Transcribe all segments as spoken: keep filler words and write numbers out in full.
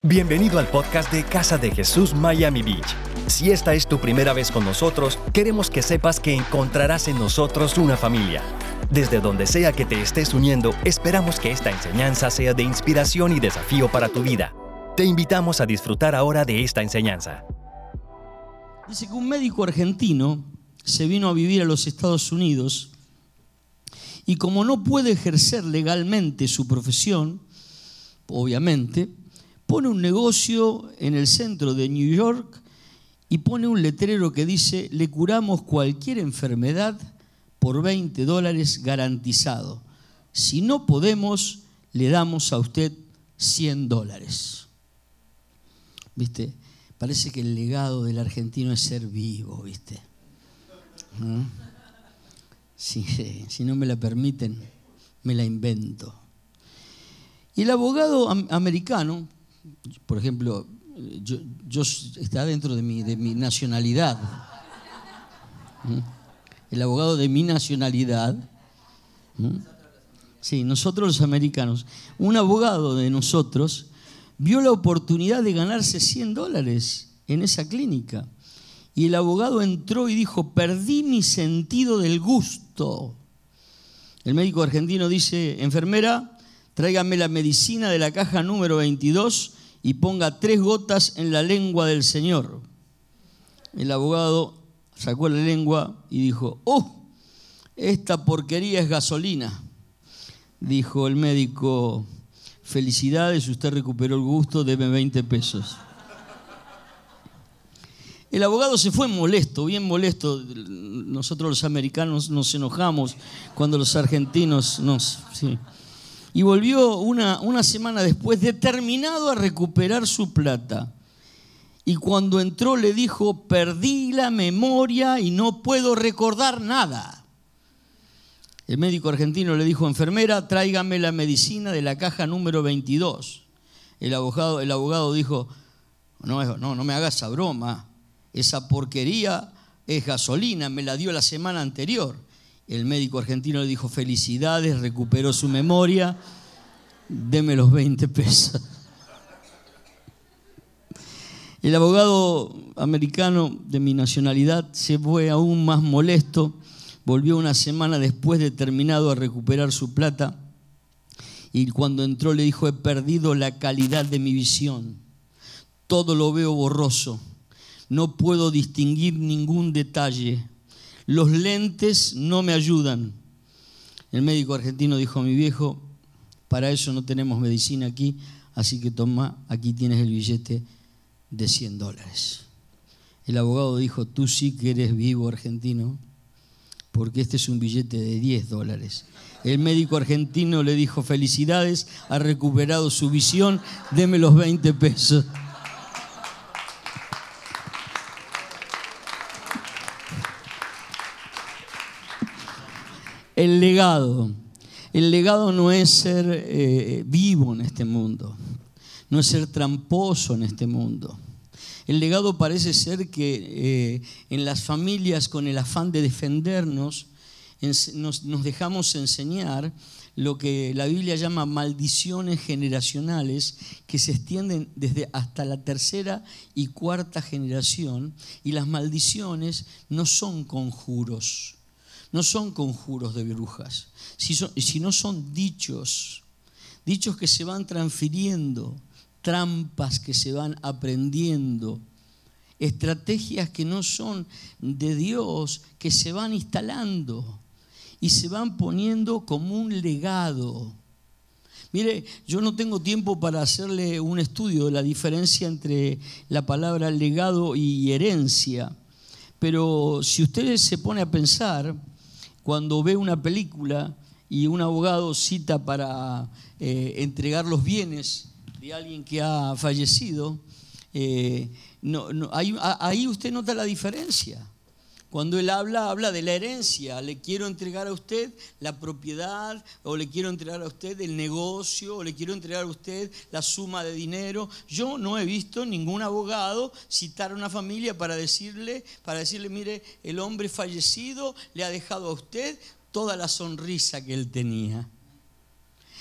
Bienvenido al podcast de Casa de Jesús Miami Beach. Si esta es tu primera vez con nosotros, queremos que sepas que encontrarás en nosotros una familia. Desde donde sea que te estés uniendo, esperamos que esta enseñanza sea de inspiración y desafío para tu vida. Te invitamos a disfrutar ahora de esta enseñanza. Dice que un médico argentino se vino a vivir a los Estados Unidos y como no puede ejercer legalmente su profesión, obviamente, pone un negocio en el centro de New York y pone un letrero que dice: le curamos cualquier enfermedad por veinte dólares garantizado. Si no podemos, le damos a usted cien dólares. ¿Viste? Parece que el legado del argentino es ser vivo, ¿viste? ¿No? Si, si no me la permiten, me la invento. Y el abogado am- americano, por ejemplo, yo, yo está dentro de mi, de mi nacionalidad. El abogado de mi nacionalidad. Sí, nosotros los americanos. Un abogado de nosotros vio la oportunidad de ganarse cien dólares en esa clínica. Y el abogado entró y dijo: perdí mi sentido del gusto. El médico argentino dice: enfermera, tráigame la medicina de la caja número veintidós y ponga tres gotas en la lengua del señor. El abogado sacó la lengua y dijo: ¡oh! Esta porquería es gasolina. Dijo el médico: felicidades, usted recuperó el gusto, deme veinte pesos. El abogado se fue molesto, bien molesto. Nosotros los americanos nos enojamos cuando los argentinos nos... Sí. Y volvió una, una semana después determinado a recuperar su plata. Y cuando entró le dijo: perdí la memoria y no puedo recordar nada. El médico argentino le dijo: enfermera, tráigame la medicina de la caja número veintidós. El abogado, el abogado dijo: no, no, no me hagas esa broma. Esa porquería es gasolina, me la dio la semana anterior. El médico argentino le dijo: felicidades, recuperó su memoria, deme los veinte pesos. El abogado americano de mi nacionalidad se fue aún más molesto, volvió una semana después determinado a recuperar su plata y cuando entró le dijo: he perdido la calidad de mi visión, todo lo veo borroso, no puedo distinguir ningún detalle. Los lentes no me ayudan. El médico argentino dijo: mi viejo, para eso no tenemos medicina aquí, así que toma, aquí tienes el billete de cien dólares. El abogado dijo: tú sí que eres vivo, argentino, porque este es un billete de diez dólares. El médico argentino le dijo: felicidades, ha recuperado su visión, deme los veinte pesos. El legado. El legado no es ser eh, vivo en este mundo, no es ser tramposo en este mundo. El legado parece ser que eh, en las familias, con el afán de defendernos, ens- nos, nos dejamos enseñar lo que la Biblia llama maldiciones generacionales, que se extienden desde hasta la tercera y cuarta generación, y las maldiciones no son conjuros. No son conjuros de brujas, sino son dichos, dichos que se van transfiriendo, trampas que se van aprendiendo, estrategias que no son de Dios, que se van instalando y se van poniendo como un legado. Mire, yo no tengo tiempo para hacerle un estudio de la diferencia entre la palabra legado y herencia, pero si usted se pone a pensar, cuando ve una película y un abogado cita para eh, entregar los bienes de alguien que ha fallecido, eh, no, no, ahí, ahí usted nota la diferencia. Cuando él habla, habla de la herencia. Le quiero entregar a usted la propiedad, o le quiero entregar a usted el negocio, o le quiero entregar a usted la suma de dinero. Yo no he visto ningún abogado citar a una familia para decirle, para decirle, mire, el hombre fallecido le ha dejado a usted toda la sonrisa que él tenía.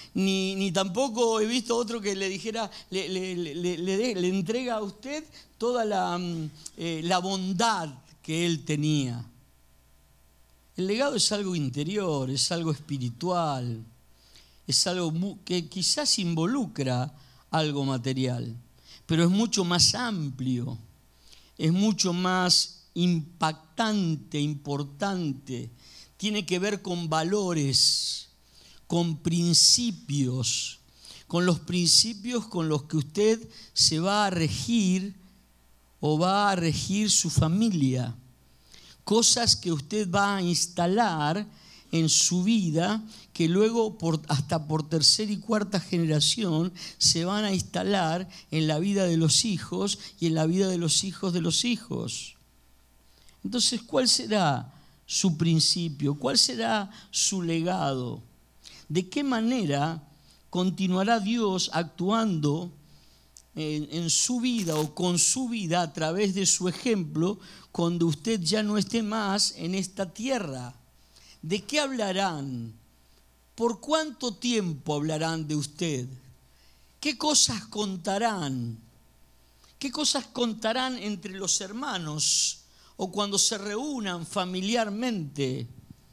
ni, ni tampoco he visto otro que le dijera, le, le, le, le, le, le entrega a usted toda la, eh, la bondad que él tenía. El legado es algo interior, es algo espiritual, es algo que quizás involucra algo material, pero es mucho más amplio, es mucho más impactante, importante, tiene que ver con valores, con principios, con los principios con los que usted se va a regir o va a regir su familia. Cosas que usted va a instalar en su vida que luego por, hasta por tercera y cuarta generación se van a instalar en la vida de los hijos y en la vida de los hijos de los hijos. Entonces, ¿cuál será su principio? ¿Cuál será su legado? ¿De qué manera continuará Dios actuando en, en su vida o con su vida a través de su ejemplo cuando usted ya no esté más en esta tierra? ¿De qué hablarán? ¿Por cuánto tiempo hablarán de usted? ¿Qué cosas contarán? ¿Qué cosas contarán entre los hermanos o cuando se reúnan familiarmente?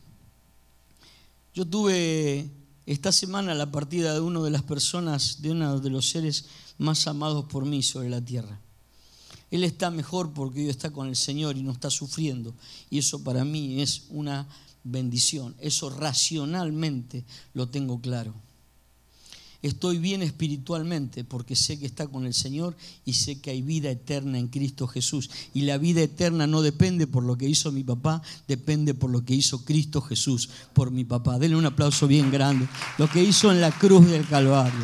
Yo tuve esta semana la partida de una de las personas, de uno de los seres más amados por mí sobre la tierra. Él está mejor porque hoy está con el Señor y no está sufriendo. Y eso para mí es una bendición. Eso racionalmente lo tengo claro. Estoy bien espiritualmente porque sé que está con el Señor y sé que hay vida eterna en Cristo Jesús. Y la vida eterna no depende por lo que hizo mi papá, depende por lo que hizo Cristo Jesús por mi papá. Denle un aplauso bien grande. Lo que hizo en la cruz del Calvario.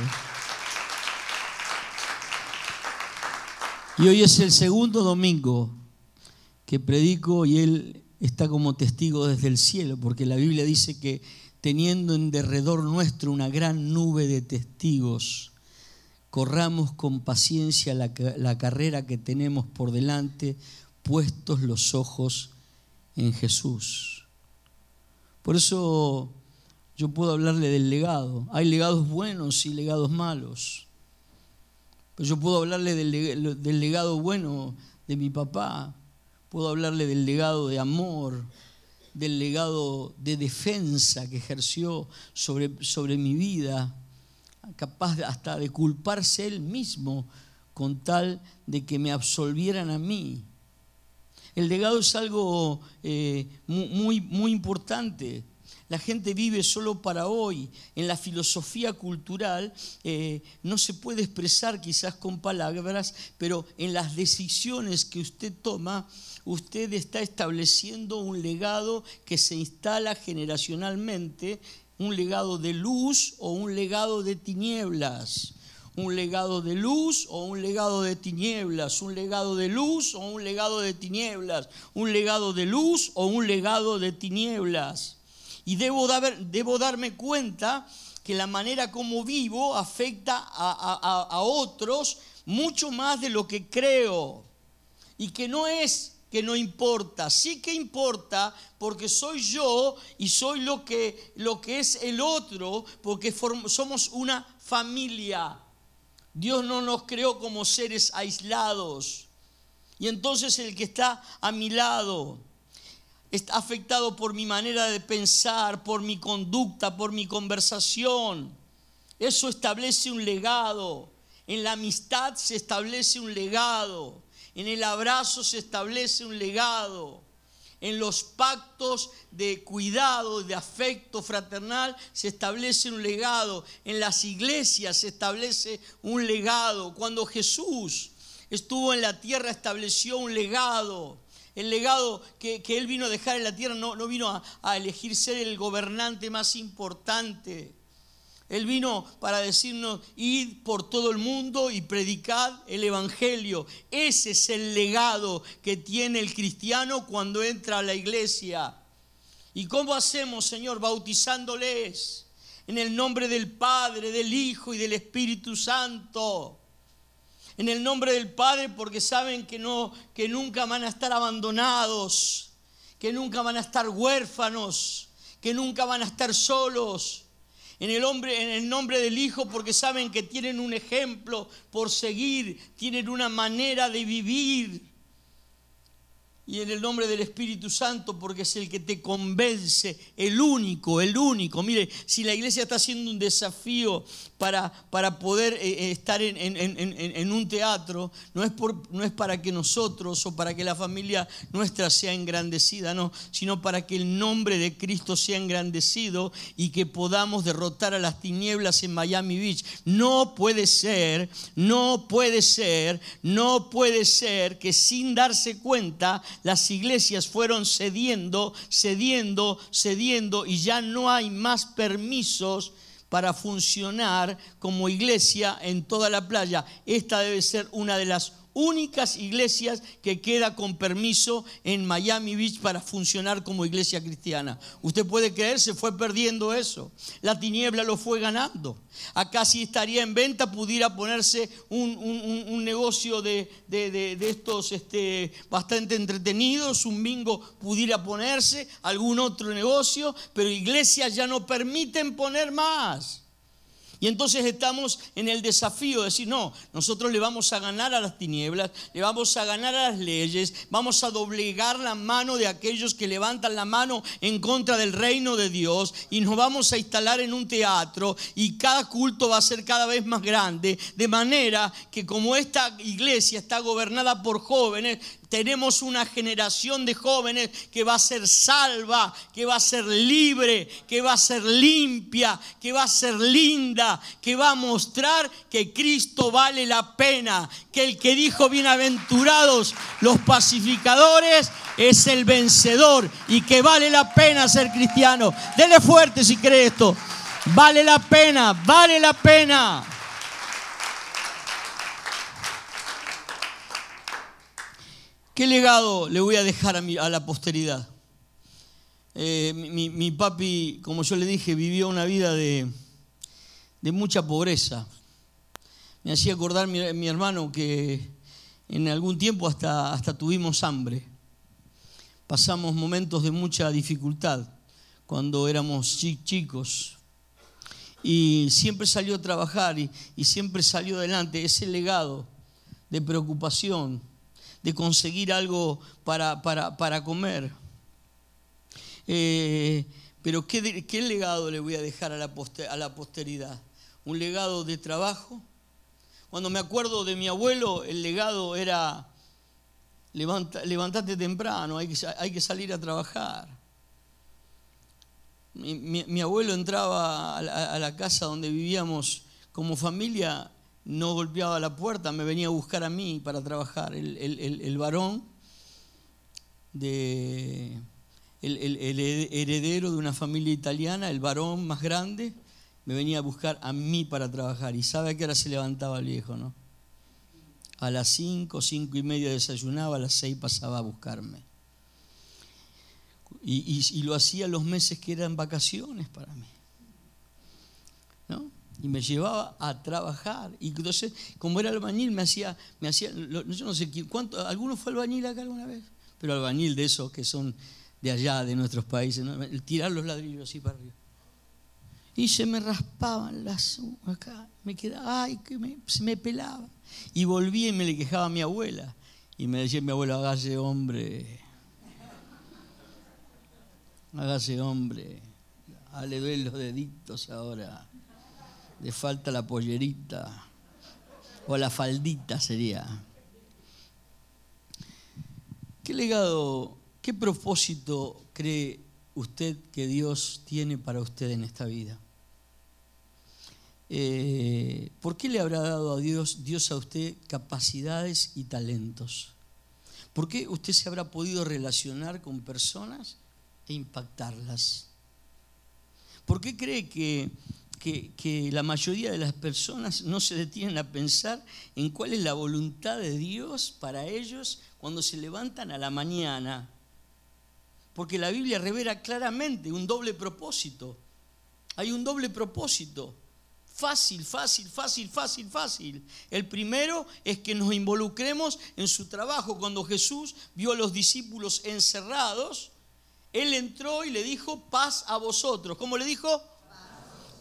Y hoy es el segundo domingo que predico y él está como testigo desde el cielo, porque la Biblia dice que teniendo en derredor nuestro una gran nube de testigos, corramos con paciencia la, la carrera que tenemos por delante, puestos los ojos en Jesús. Por eso yo puedo hablarle del legado. Hay legados buenos y legados malos. Pero yo puedo hablarle del, del legado bueno de mi papá, puedo hablarle del legado de amor, del legado de defensa que ejerció sobre, sobre mi vida, capaz hasta de culparse él mismo con tal de que me absolvieran a mí. El legado es algo eh, muy, muy importante. La gente vive solo para hoy. En la filosofía cultural eh, no se puede expresar quizás con palabras, pero en las decisiones que usted toma, usted está estableciendo un legado que se instala generacionalmente, un legado de luz o un legado de tinieblas. Un legado de luz o un legado de tinieblas, un legado de luz o un legado de tinieblas, un legado de luz o un legado de tinieblas. Y debo, dar, debo darme cuenta que la manera como vivo afecta a, a, a otros mucho más de lo que creo. Y que no es que no importa, sí que importa porque soy yo y soy lo que, lo que es el otro, porque form, somos una familia. Dios no nos creó como seres aislados. Y entonces el que está a mi lado está afectado por mi manera de pensar, por mi conducta, por mi conversación. Eso establece un legado. En la amistad se establece un legado. En el abrazo se establece un legado. En los pactos de cuidado, de afecto fraternal, se establece un legado. En las iglesias se establece un legado. Cuando Jesús estuvo en la tierra, estableció un legado. El legado que, que Él vino a dejar en la tierra no, no vino a, a elegir ser el gobernante más importante. Él vino para decirnos, id por todo el mundo y predicad el evangelio. Ese es el legado que tiene el cristiano cuando entra a la iglesia. ¿Y cómo hacemos, Señor? Bautizándoles en el nombre del Padre, del Hijo y del Espíritu Santo. En el nombre del Padre, porque saben que, no, que nunca van a estar abandonados, que nunca van a estar huérfanos, que nunca van a estar solos. en el, hombre, en el nombre del Hijo porque saben que tienen un ejemplo por seguir, tienen una manera de vivir. Y en el nombre del Espíritu Santo porque es el que te convence, el único, el único. Mire, si la iglesia está haciendo un desafío para, para poder eh, estar en, en, en, en un teatro, no es, por, no es para que nosotros o para que la familia nuestra sea engrandecida, no, sino para que el nombre de Cristo sea engrandecido y que podamos derrotar a las tinieblas en Miami Beach. No puede ser, no puede ser, no puede ser que sin darse cuenta las iglesias fueron cediendo, cediendo, cediendo y ya no hay más permisos para funcionar como iglesia en toda la playa. Esta debe ser una de las únicas iglesias que queda con permiso en Miami Beach para funcionar como iglesia cristiana. Usted puede creer, se fue perdiendo eso. La tiniebla lo fue ganando. Acá si estaría en venta pudiera ponerse un, un, un negocio de, de, de, de estos este, bastante entretenidos, un bingo pudiera ponerse, algún otro negocio, pero iglesias ya no permiten poner más. Y entonces estamos en el desafío de decir, no, nosotros le vamos a ganar a las tinieblas, le vamos a ganar a las leyes, vamos a doblegar la mano de aquellos que levantan la mano en contra del reino de Dios y nos vamos a instalar en un teatro y cada culto va a ser cada vez más grande, de manera que como esta iglesia está gobernada por jóvenes, tenemos una generación de jóvenes que va a ser salva, que va a ser libre, que va a ser limpia, que va a ser linda, que va a mostrar que Cristo vale la pena, que el que dijo bienaventurados los pacificadores es el vencedor y que vale la pena ser cristiano. Dele fuerte si cree esto. Vale la pena, vale la pena. ¿Qué legado le voy a dejar a, mi, a la posteridad? Eh, mi, mi papi, como yo le dije, vivió una vida de, de mucha pobreza. Me hacía acordar mi, mi hermano que en algún tiempo hasta, hasta tuvimos hambre. Pasamos momentos de mucha dificultad cuando éramos chicos. Y siempre salió a trabajar y, y siempre salió adelante. Ese legado de preocupación, de conseguir algo para, para, para comer. Eh, pero ¿qué, ¿qué legado le voy a dejar a la, poster, a la posteridad? ¿Un legado de trabajo? Cuando me acuerdo de mi abuelo, el legado era levanta, levantate temprano, hay que, hay que salir a trabajar. Mi, mi, mi abuelo entraba a la, a la casa donde vivíamos como familia, no golpeaba la puerta, me venía a buscar a mí para trabajar. El, el, el, el varón, de, el, el, el heredero de una familia italiana, el varón más grande, me venía a buscar a mí para trabajar. ¿Y sabe a qué hora se levantaba el viejo, no? A las cinco, cinco y media desayunaba, a las seis pasaba a buscarme. Y, y, y lo hacía los meses que eran vacaciones para mí, ¿no? Y me llevaba a trabajar. Y entonces, como era albañil, me hacía, me hacía, yo no sé cuánto, ¿alguno fue albañil acá alguna vez? Pero albañil de esos que son de allá, de nuestros países, ¿no? El tirar los ladrillos así para arriba. Y se me raspaban las acá, me quedaba, ay, que me, se me pelaba. Y volvía y me le quejaba a mi abuela. Y me decía mi abuela, hágase hombre, hágase hombre, ah, le duelen los deditos ahora. Le falta la pollerita o la faldita sería. ¿Qué legado, qué propósito cree usted que Dios tiene para usted en esta vida? Eh, ¿Por qué le habrá dado a Dios, Dios a usted capacidades y talentos? ¿Por qué usted se habrá podido relacionar con personas e impactarlas? ¿Por qué cree que Que, que la mayoría de las personas no se detienen a pensar en cuál es la voluntad de Dios para ellos cuando se levantan a la mañana? Porque la Biblia revela claramente un doble propósito. Hay un doble propósito. Fácil, fácil, fácil, fácil, fácil. El primero es que nos involucremos en su trabajo. Cuando Jesús vio a los discípulos encerrados, Él entró y le dijo, paz a vosotros. ¿Cómo le dijo?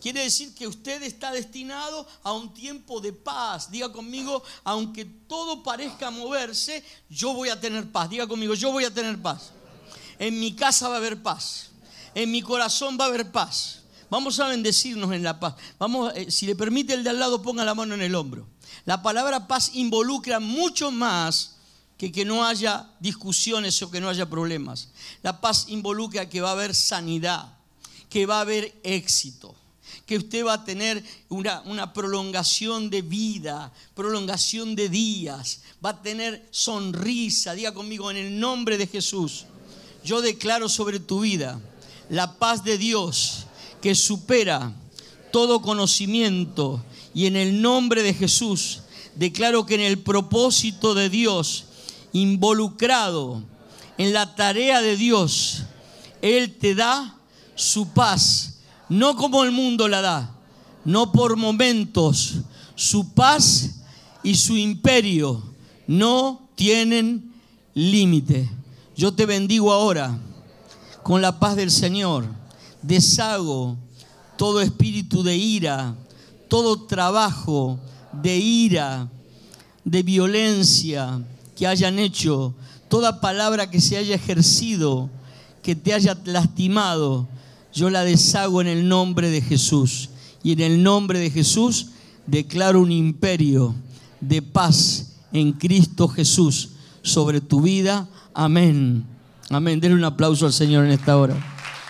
Quiere decir que usted está destinado a un tiempo de paz. Diga conmigo, aunque todo parezca moverse, yo voy a tener paz. Diga conmigo, yo voy a tener paz. En mi casa va a haber paz. En mi corazón va a haber paz. Vamos a bendecirnos en la paz. Vamos, eh, si le permite el de al lado, ponga la mano en el hombro. La palabra paz involucra mucho más que que no haya discusiones o que no haya problemas. La paz involucra que va a haber sanidad, que va a haber éxito, que usted va a tener una, una prolongación de vida, prolongación de días, va a tener sonrisa. Diga conmigo, en el nombre de Jesús, yo declaro sobre tu vida la paz de Dios que supera todo conocimiento, y en el nombre de Jesús declaro que en el propósito de Dios, involucrado en la tarea de Dios, Él te da su paz, no como el mundo la da, no por momentos. Su paz y su imperio no tienen límite. Yo te bendigo ahora con la paz del Señor. Deshago todo espíritu de ira, todo trabajo de ira, de violencia que hayan hecho, toda palabra que se haya ejercido, que te haya lastimado, yo la deshago en el nombre de Jesús. Y en el nombre de Jesús declaro un imperio de paz en Cristo Jesús sobre tu vida. Amén. Amén. Denle un aplauso al Señor en esta hora.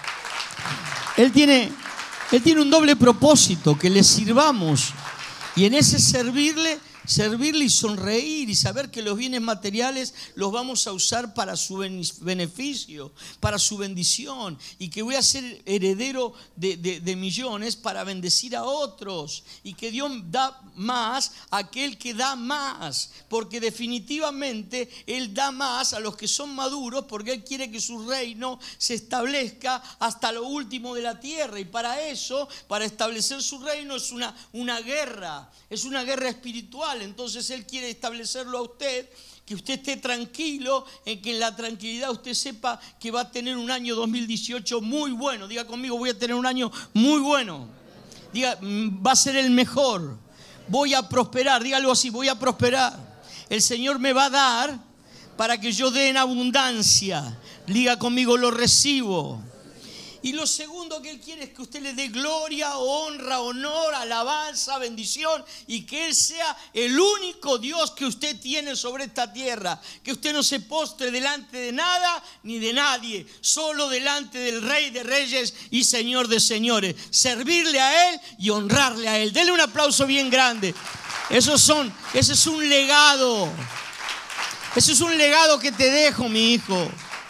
Él tiene, Él tiene un doble propósito, que le sirvamos. Y en ese servirle, servirle y sonreír y saber que los bienes materiales los vamos a usar para su beneficio, para su bendición, y que voy a ser heredero de, de, de millones para bendecir a otros, y que Dios da más a aquel que da más, porque definitivamente Él da más a los que son maduros, porque Él quiere que su reino se establezca hasta lo último de la tierra. Y para eso, para establecer su reino, es una, una guerra, es una guerra espiritual. Entonces Él quiere establecerlo a usted, que usted esté tranquilo, en que en la tranquilidad usted sepa que va a tener un año dos mil dieciocho muy bueno. Diga conmigo, voy a tener un año muy bueno. Diga, va a ser el mejor. Voy a prosperar, dígalo así, voy a prosperar. El Señor me va a dar para que yo dé en abundancia. Diga conmigo, lo recibo. Y lo segundo que Él quiere es que usted le dé gloria, honra, honor, alabanza, bendición, y que Él sea el único Dios que usted tiene sobre esta tierra. Que usted no se postre delante de nada ni de nadie, solo delante del Rey de Reyes y Señor de Señores. Servirle a Él y honrarle a Él. Denle un aplauso bien grande. Esos son, ese es un legado. Ese es un legado que te dejo, mi hijo.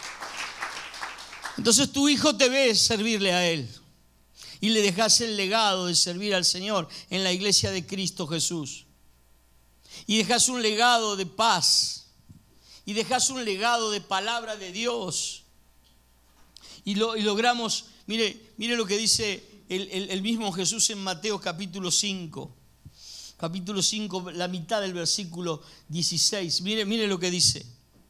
Entonces tu hijo te ve servirle a Él y le dejas el legado de servir al Señor en la iglesia de Cristo Jesús. Y dejas un legado de paz y dejas un legado de palabra de Dios. Y, lo, y logramos, mire, mire lo que dice el, el, el mismo Jesús en Mateo capítulo cinco. Capítulo cinco, la mitad del versículo dieciséis. Mire, mire lo que dice.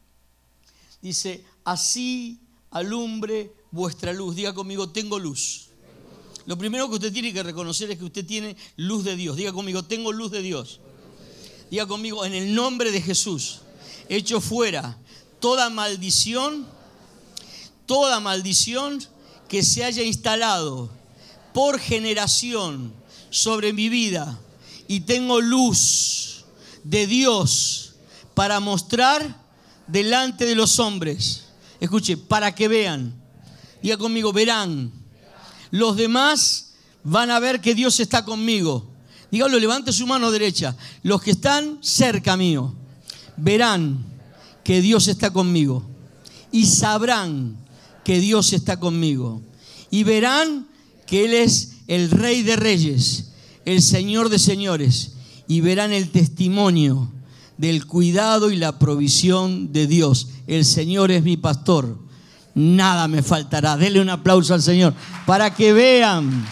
Dice, así alumbre vuestra luz. Diga conmigo, tengo luz. Lo primero que usted tiene que reconocer es que usted tiene luz de Dios. Diga conmigo, tengo luz de Dios. Diga conmigo, en el nombre de Jesús, echo fuera toda maldición, toda maldición que se haya instalado por generación sobre mi vida. Y tengo luz de Dios para mostrar delante de los hombres. Escuche, para que vean. Diga conmigo, verán. Los demás van a ver que Dios está conmigo. Dígalo, levante su mano derecha. Los que están cerca mío verán que Dios está conmigo. Y sabrán que Dios está conmigo. Y verán que Él es el Rey de Reyes, el Señor de Señores. Y verán el testimonio del cuidado y la provisión de Dios. El Señor es mi pastor, nada me faltará. Denle un aplauso al Señor para que vean,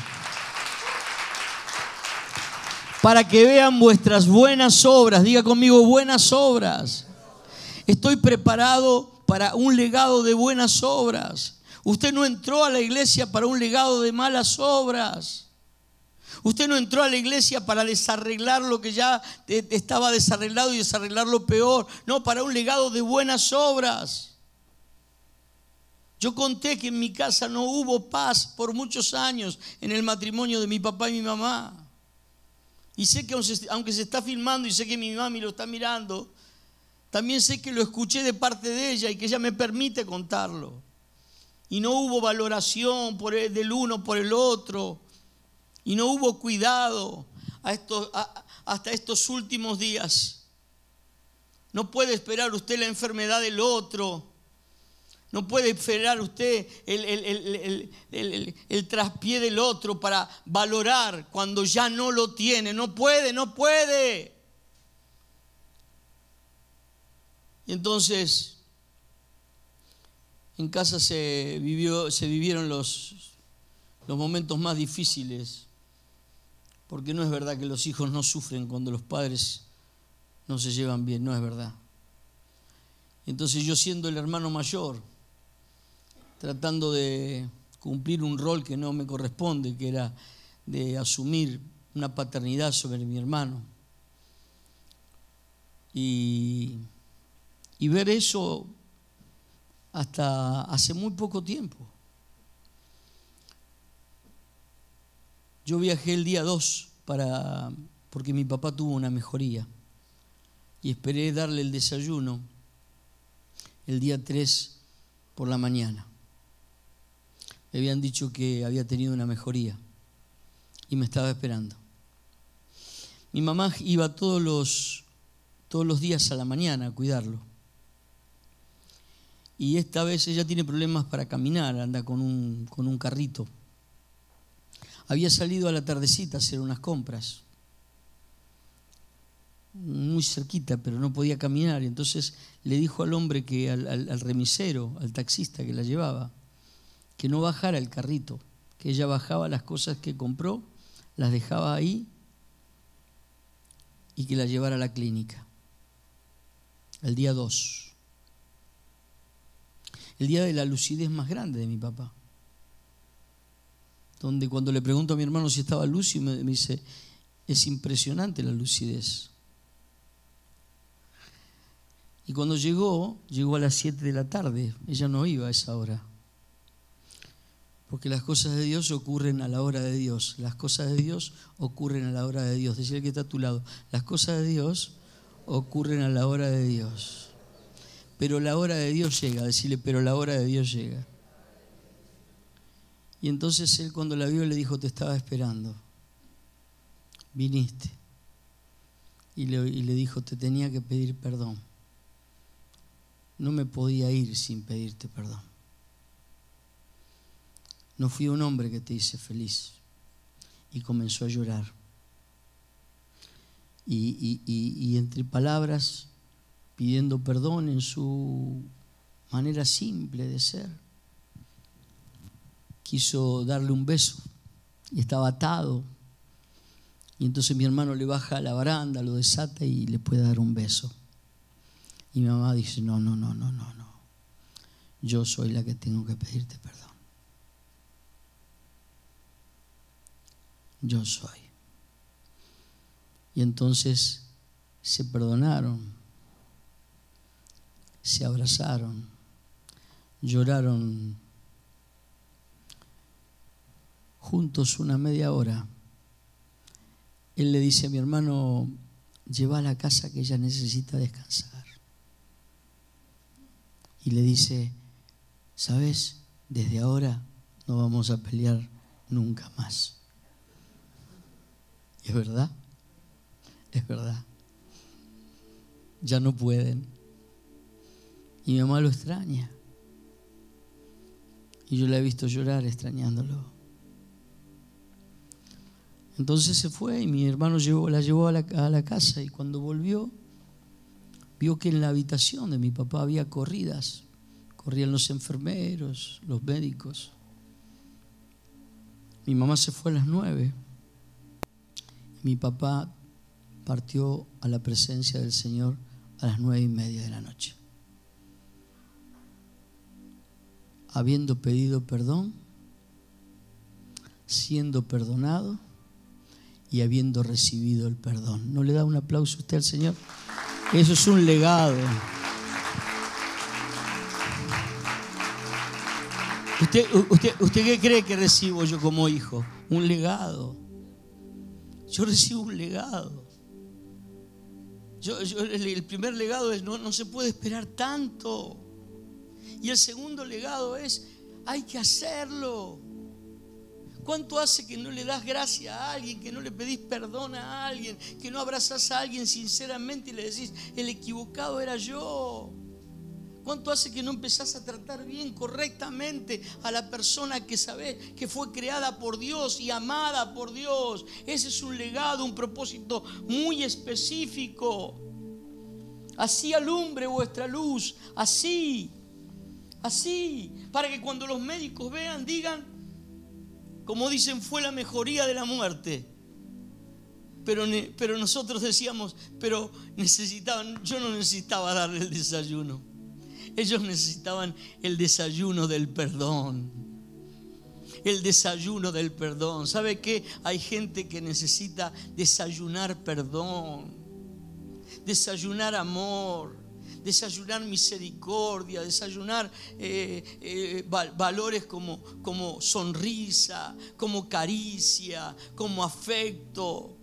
para que vean vuestras buenas obras. Diga conmigo, buenas obras. Estoy preparado para un legado de buenas obras. Usted no entró a la iglesia para un legado de malas obras. Usted no entró a la iglesia para desarreglar lo que ya estaba desarreglado y desarreglarlo peor. No, para un legado de buenas obras. Yo conté que en mi casa no hubo paz por muchos años en el matrimonio de mi papá y mi mamá. Y sé que aunque se está filmando y sé que mi mami lo está mirando, también sé que lo escuché de parte de ella y que ella me permite contarlo. Y no hubo valoración por el, del uno por el otro. Y no hubo cuidado a estos, a, hasta estos últimos días. No puede esperar usted la enfermedad del otro. No puede esperar usted el, el, el, el, el, el, el traspié del otro para valorar cuando ya no lo tiene. No puede, no puede. Y entonces, en casa se, vivió, se vivieron los, los momentos más difíciles. Porque no es verdad que los hijos no sufren cuando los padres no se llevan bien, no es verdad. Entonces yo, siendo el hermano mayor, tratando de cumplir un rol que no me corresponde, que era de asumir una paternidad sobre mi hermano, y, y ver eso hasta hace muy poco tiempo. Yo viajé el día dos para, porque mi papá tuvo una mejoría y esperé darle el desayuno el día tres por la mañana. Me habían dicho que había tenido una mejoría y me estaba esperando. Mi mamá iba todos los, todos los días a la mañana a cuidarlo. Y esta vez ella tiene problemas para caminar, anda con un, con un carrito. Había salido a la tardecita a hacer unas compras, muy cerquita, pero no podía caminar. Y entonces le dijo al hombre, que al, al, al remisero, al taxista que la llevaba, que no bajara el carrito, que ella bajaba las cosas que compró, las dejaba ahí y que la llevara a la clínica. El día dos. El día de la lucidez más grande de mi papá. Donde cuando le pregunto a mi hermano si estaba lúcido, me, me dice, es impresionante la lucidez. Y cuando llegó, llegó a las siete de la tarde. Ella no iba a esa hora. Porque las cosas de Dios ocurren a la hora de Dios. Las cosas de Dios ocurren a la hora de Dios. Decirle que está a tu lado. Las cosas de Dios ocurren a la hora de Dios. Pero la hora de Dios llega. Decirle, pero la hora de Dios llega. Y entonces él, cuando la vio, le dijo, te estaba esperando. Viniste. Y le, y le dijo, te tenía que pedir perdón. No me podía ir sin pedirte perdón. No fui un hombre que te hice feliz. Y comenzó a llorar. Y, y, y, y entre palabras, pidiendo perdón en su manera simple de ser, quiso darle un beso y estaba atado. Y entonces mi hermano le baja a la baranda, lo desata y le puede dar un beso. Y mi mamá dice, no, no, no, no, no, no. Yo soy la que tengo que pedirte perdón. Yo soy. Y entonces se perdonaron, se abrazaron, lloraron juntos una media hora. Él le dice a mi hermano, lleva a la casa que ella necesita descansar. Y le dice, ¿sabes? Desde ahora no vamos a pelear nunca más. Y es verdad, es verdad. Ya no pueden. Y mi mamá lo extraña. Y yo la he visto llorar extrañándolo. Entonces se fue y mi hermano llevó, la llevó a la, a la casa, y cuando volvió, vio que en la habitación de mi papá había corridas. Corrían los enfermeros, los médicos. Mi mamá se fue a las nueve. Mi papá partió a la presencia del Señor a las nueve y media de la noche. Habiendo pedido perdón, siendo perdonado y habiendo recibido el perdón. ¿No le da un aplauso usted al Señor? Eso es un legado. ¿Usted, usted, ¿Usted qué cree que recibo yo como hijo? Un legado. Yo recibo un legado. Yo, yo, el primer legado es no, no se puede esperar tanto. Y el segundo legado es hay que hacerlo. ¿Cuánto hace que no le das gracia a alguien, que no le pedís perdón a alguien, que no abrazás a alguien sinceramente y le decís el equivocado era yo? ¿Cuánto hace que no empezás a tratar bien, correctamente a la persona que sabés que fue creada por Dios y amada por Dios? Ese es un legado, un propósito muy específico. Así alumbre vuestra luz, así, así, para que cuando los médicos vean, digan, como dicen, fue la mejoría de la muerte. Pero, pero nosotros decíamos, pero necesitaban, yo no necesitaba darle el desayuno. Ellos necesitaban el desayuno del perdón. El desayuno del perdón. ¿Sabe qué? Hay gente que necesita desayunar perdón, desayunar amor, desayunar misericordia, desayunar eh, eh, val- valores como, como sonrisa, como caricia, como afecto.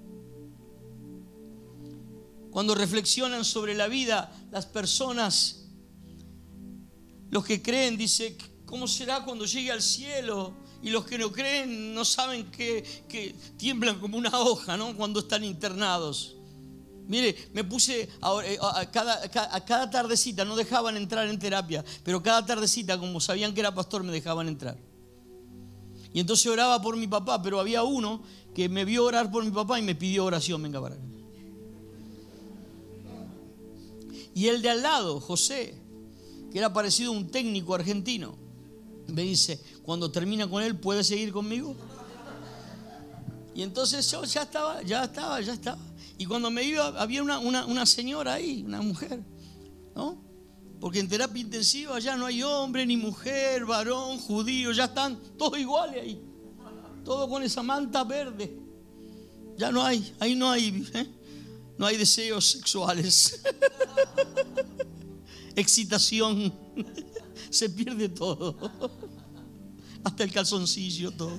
Cuando reflexionan sobre la vida, las personas, los que creen, dice, ¿cómo será cuando llegue al cielo? Y los que no creen no saben que, que tiemblan como una hoja, ¿no? Cuando están internados. Mire, me puse a, a, cada, a cada tardecita, no dejaban entrar en terapia, pero cada tardecita, como sabían que era pastor, me dejaban entrar. Y entonces oraba por mi papá, pero había uno que me vio orar por mi papá y me pidió oración, venga para acá. Y el de al lado, José, que era parecido a un técnico argentino, me dice, cuando termina con él, ¿puede seguir conmigo? Y entonces yo ya estaba, ya estaba, ya estaba. Y cuando me iba, había una, una, una señora ahí, una mujer, ¿no? Porque en terapia intensiva ya no hay hombre, ni mujer, varón, judío, ya están todos iguales ahí. Todos con esa manta verde. Ya no hay, ahí no hay, ¿eh? No hay deseos sexuales. Excitación. Se pierde todo. Hasta el calzoncillo, todo.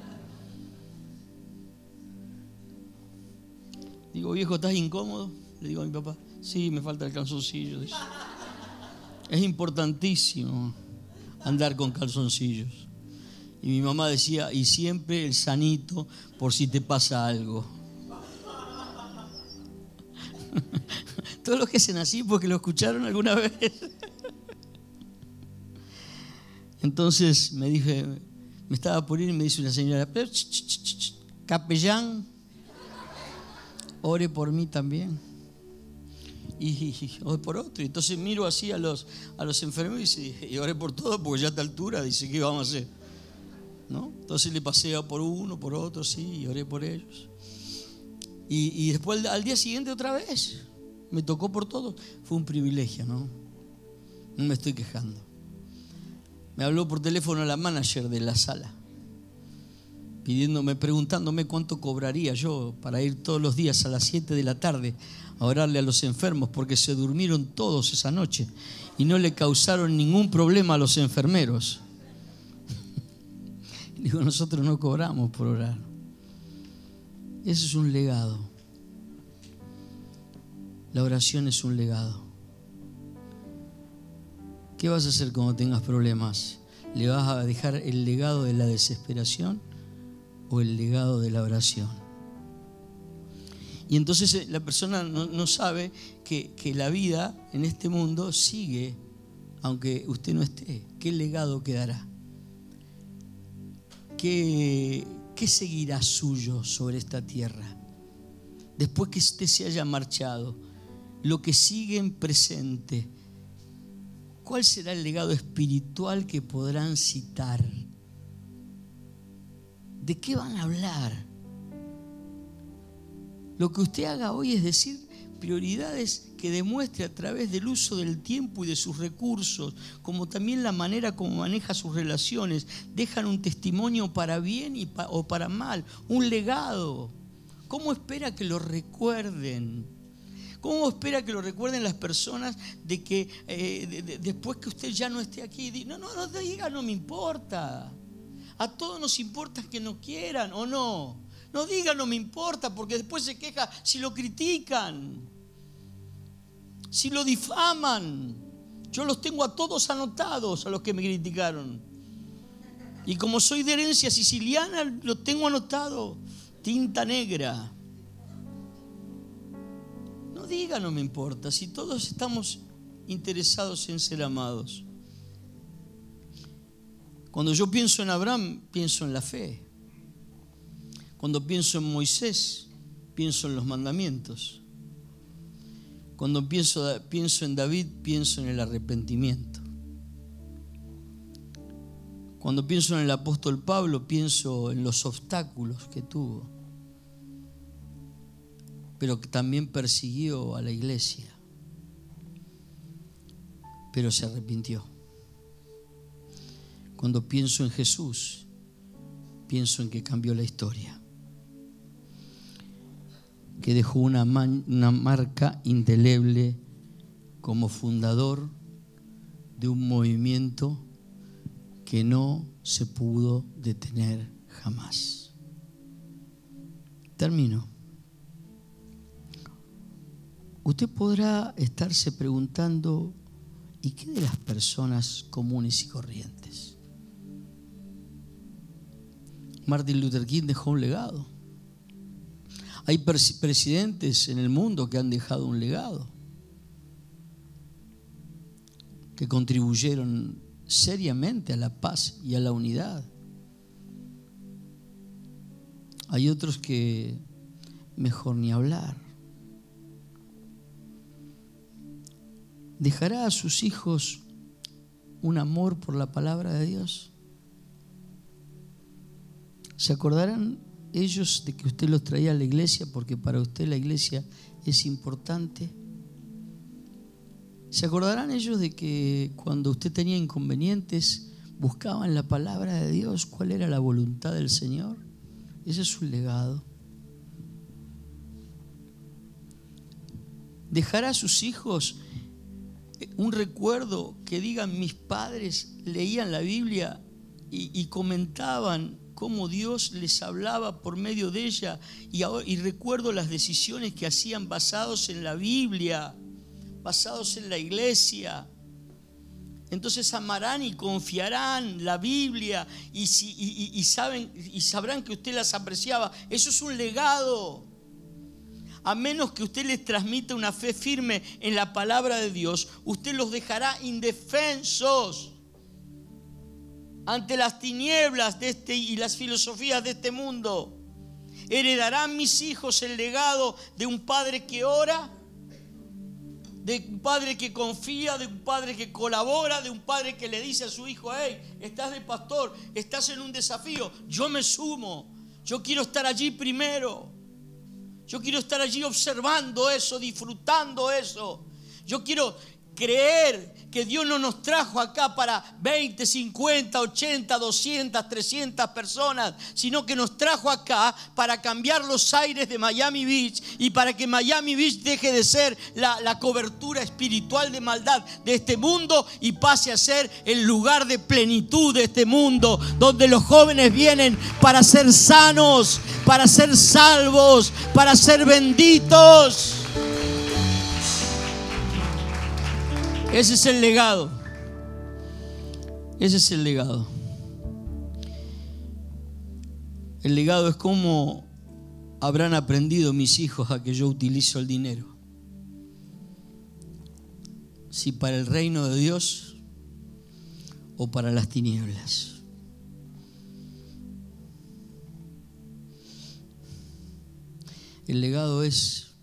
Digo, viejo, ¿estás incómodo? Le digo a mi papá, sí, me falta el calzoncillo. Dice. Es importantísimo andar con calzoncillos. Y mi mamá decía, y siempre el sanito por si te pasa algo. Todos los que hacen así porque lo escucharon alguna vez. Entonces me dije, me estaba por ir y me dice una señora, capellán, ore por mí también. Y, y ore por otro. Y entonces miro así a los, a los enfermos y dice, y ore por todos porque ya a esta altura, dice, ¿qué vamos a hacer? ¿No? Entonces le pasé por uno, por otro, sí, y oré por ellos. Y, y después al día siguiente otra vez. Me tocó por todo. Fue un privilegio, ¿no? No me estoy quejando. Me habló por teléfono la manager de la sala, pidiéndome, preguntándome cuánto cobraría yo para ir todos los días a las siete de la tarde a orarle a los enfermos, porque se durmieron todos esa noche y no le causaron ningún problema a los enfermeros. Digo, nosotros no cobramos por orar. Eso es un legado. La oración es un legado. ¿Qué vas a hacer cuando tengas problemas? ¿Le vas a dejar el legado de la desesperación o el legado de la oración? Y entonces la persona no, no sabe que, que la vida en este mundo sigue, aunque usted no esté. ¿Qué legado quedará? ¿Qué, qué seguirá suyo sobre esta tierra? Después que usted se haya marchado, lo que sigue en presente, ¿cuál será el legado espiritual que podrán citar? ¿De qué van a hablar? Lo que usted haga hoy es decir prioridades que demuestre a través del uso del tiempo y de sus recursos, como también la manera como maneja sus relaciones, dejan un testimonio para bien y pa- o para mal, un legado. ¿Cómo espera que lo recuerden? ¿Cómo espera que lo recuerden las personas de que eh, de, de, después que usted ya no esté aquí? No, no, no diga, no me importa. A todos nos importa que no quieran o no. No diga, no me importa, porque después se queja si lo critican, si lo difaman. Yo los tengo a todos anotados, a los que me criticaron. Y como soy de herencia siciliana, lo tengo anotado, tinta negra. No diga, no me importa, si todos estamos interesados en ser amados. Cuando yo pienso en Abraham, pienso en la fe. Cuando pienso en Moisés, pienso en los mandamientos. Cuando pienso, pienso en David, pienso en el arrepentimiento. Cuando pienso en el apóstol Pablo, pienso en los obstáculos que tuvo, pero que también persiguió a la iglesia, pero se arrepintió. Cuando pienso en Jesús, pienso en que cambió la historia, que dejó una, man, una marca indeleble como fundador de un movimiento que no se pudo detener jamás. Termino. Usted podrá estarse preguntando, ¿y qué de las personas comunes y corrientes? Martin Luther King dejó un legado. Hay presidentes en el mundo que han dejado un legado, que contribuyeron seriamente a la paz y a la unidad. Hay otros que mejor ni hablar. ¿Dejará a sus hijos un amor por la palabra de Dios? ¿Se acordarán ellos de que usted los traía a la iglesia porque para usted la iglesia es importante? ¿Se acordarán ellos de que cuando usted tenía inconvenientes buscaban la palabra de Dios, cuál era la voluntad del Señor? Ese es un legado. ¿Dejará a sus hijos un recuerdo que digan, mis padres leían la Biblia y, y comentaban cómo Dios les hablaba por medio de ella, y, ahora, y recuerdo las decisiones que hacían basados en la Biblia, basados en la iglesia? Entonces amarán y confiarán la Biblia y, si, y, y, saben, y sabrán que usted las apreciaba. Eso es un legado. A menos que usted les transmita una fe firme en la palabra de Dios, usted los dejará indefensos ante las tinieblas de este y las filosofías de este mundo. ¿Heredarán mis hijos el legado de un padre que ora? De un padre que confía, de un padre que colabora, de un padre que le dice a su hijo, hey, estás de pastor, estás en un desafío, yo me sumo, yo quiero estar allí primero, yo quiero estar allí observando eso, disfrutando eso, yo quiero creer que Dios no nos trajo acá para veinte, cincuenta, ochenta, doscientas, trescientas personas, sino que nos trajo acá para cambiar los aires de Miami Beach y para que Miami Beach deje de ser la, la cobertura espiritual de maldad de este mundo y pase a ser el lugar de plenitud de este mundo, donde los jóvenes vienen para ser sanos, para ser salvos, para ser benditos. Ese es el legado. Ese es el legado. El legado es cómo habrán aprendido mis hijos a que yo utilizo el dinero. Si para el reino de Dios o para las tinieblas. El legado es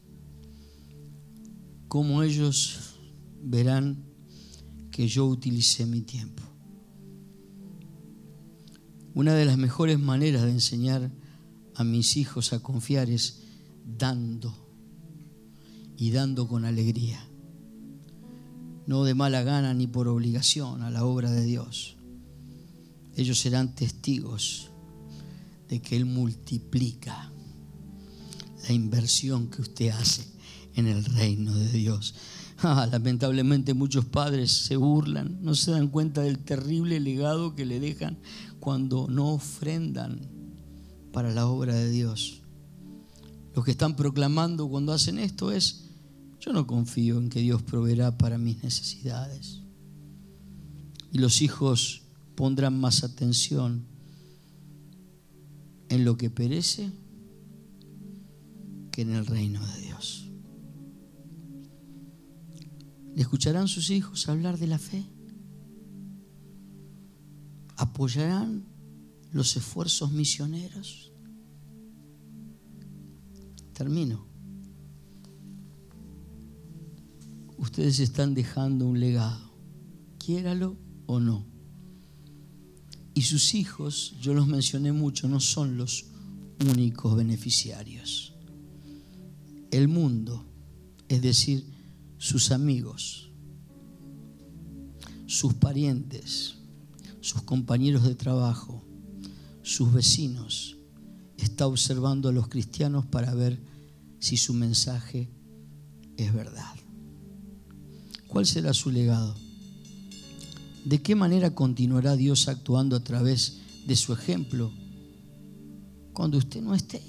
cómo ellos verán que yo utilicé mi tiempo. Una de las mejores maneras de enseñar a mis hijos a confiar es dando, y dando con alegría, no de mala gana ni por obligación a la obra de Dios. Ellos serán testigos de que Él multiplica la inversión que usted hace en el reino de Dios. Ah, lamentablemente muchos padres se burlan, no se dan cuenta del terrible legado que le dejan cuando no ofrendan para la obra de Dios. Lo que están proclamando cuando hacen esto es: yo no confío en que Dios proveerá para mis necesidades. Y los hijos pondrán más atención en lo que perece que en el reino de Dios. ¿Le escucharán sus hijos hablar de la fe? ¿Apoyarán los esfuerzos misioneros? Termino. Ustedes están dejando un legado, quiéralo o no. Y sus hijos, yo los mencioné mucho, no son los únicos beneficiarios. El mundo, es decir, sus amigos, sus parientes, sus compañeros de trabajo, sus vecinos, está observando a los cristianos para ver si su mensaje es verdad. ¿Cuál será su legado? ¿De qué manera continuará Dios actuando a través de su ejemplo cuando usted no esté?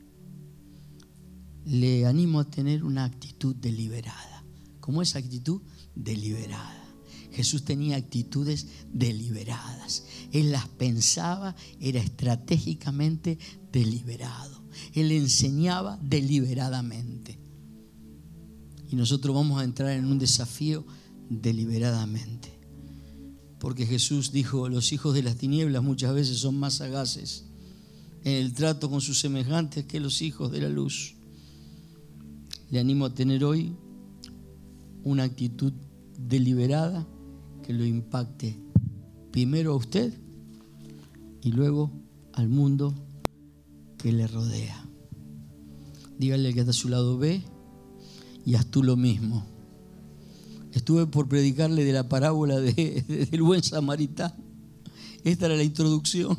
Le animo a tener una actitud deliberada. ¿Cómo es actitud? Deliberada. Jesús tenía actitudes deliberadas. Él las pensaba, era estratégicamente deliberado. Él enseñaba deliberadamente. Y nosotros vamos a entrar en un desafío deliberadamente. Porque Jesús dijo: los hijos de las tinieblas muchas veces son más sagaces en el trato con sus semejantes que los hijos de la luz. Le animo a tener hoy una actitud deliberada que lo impacte primero a usted y luego al mundo que le rodea. Dígale al que está a su lado: ve y haz tú lo mismo. Estuve por predicarle de la parábola de, de, del buen samaritano. Esta era la introducción.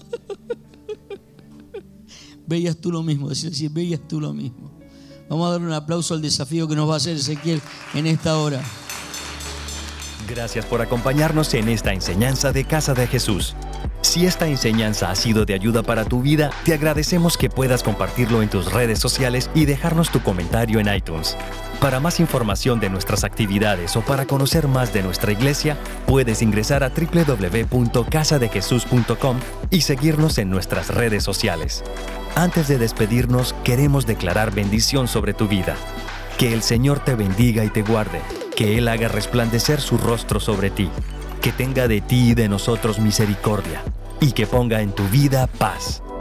Ve y haz tú lo mismo. Decir así: ve y haz tú lo mismo. Vamos a dar un aplauso al desafío que nos va a hacer Ezequiel en esta hora. Gracias por acompañarnos en esta enseñanza de Casa de Jesús. Si esta enseñanza ha sido de ayuda para tu vida, te agradecemos que puedas compartirlo en tus redes sociales y dejarnos tu comentario en iTunes. Para más información de nuestras actividades o para conocer más de nuestra iglesia, puedes ingresar a doble u doble u doble u punto casa de jesús punto com y seguirnos en nuestras redes sociales. Antes de despedirnos, queremos declarar bendición sobre tu vida. Que el Señor te bendiga y te guarde. Que Él haga resplandecer su rostro sobre ti. Que tenga de ti y de nosotros misericordia. Y que ponga en tu vida paz.